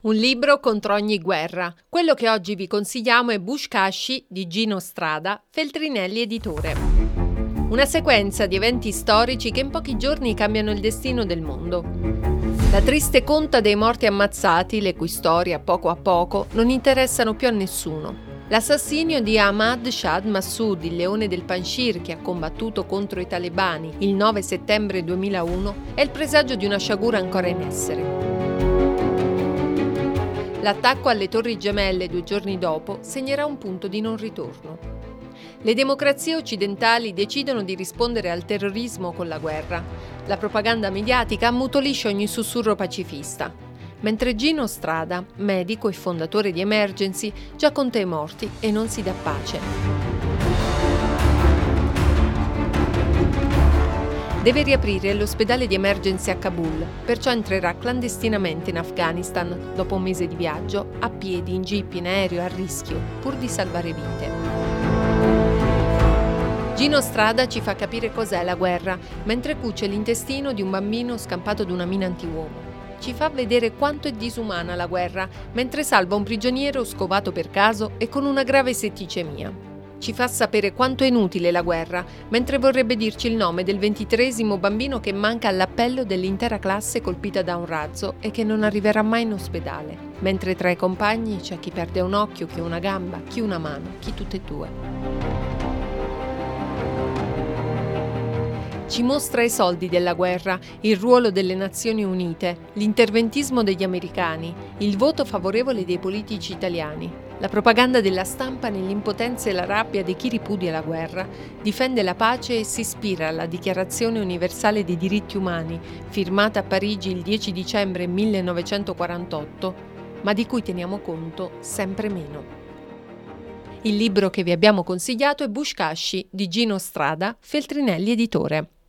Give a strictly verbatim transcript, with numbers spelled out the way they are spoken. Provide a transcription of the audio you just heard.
Un libro contro ogni guerra. Quello che oggi vi consigliamo è Buzkashi di Gino Strada, Feltrinelli editore. Una sequenza di eventi storici che in pochi giorni cambiano il destino del mondo. La triste conta dei morti ammazzati, le cui storie a poco a poco non interessano più a nessuno. L'assassinio di Ahmad Shah Massoud, il leone del Panjshir che ha combattuto contro i talebani il nove settembre duemilauno, è il presagio di una sciagura ancora in essere. L'attacco alle Torri Gemelle due giorni dopo segnerà un punto di non ritorno. Le democrazie occidentali decidono di rispondere al terrorismo con la guerra. La propaganda mediatica ammutolisce ogni sussurro pacifista. Mentre Gino Strada, medico e fondatore di Emergency, già conta i morti e non si dà pace. Deve riaprire l'ospedale di Emergency a Kabul, perciò entrerà clandestinamente in Afghanistan, dopo un mese di viaggio, a piedi, in jeep, in aereo, a rischio, pur di salvare vite. Gino Strada ci fa capire cos'è la guerra, mentre cuce l'intestino di un bambino scampato da una mina antiuomo. Ci fa vedere quanto è disumana la guerra, mentre salva un prigioniero scovato per caso e con una grave setticemia. Ci fa sapere quanto è inutile la guerra, mentre vorrebbe dirci il nome del ventitreesimo bambino che manca all'appello dell'intera classe colpita da un razzo e che non arriverà mai in ospedale, mentre tra i compagni c'è chi perde un occhio, chi una gamba, chi una mano, chi tutte e due. Ci mostra i soldi della guerra, il ruolo delle Nazioni Unite, l'interventismo degli americani, il voto favorevole dei politici italiani, la propaganda della stampa nell'impotenza e la rabbia di chi ripudia la guerra, difende la pace e si ispira alla Dichiarazione Universale dei Diritti Umani, firmata a Parigi il dieci dicembre millenovecentoquarantotto, ma di cui teniamo conto sempre meno. Il libro che vi abbiamo consigliato è Buzkashi di Gino Strada, Feltrinelli editore.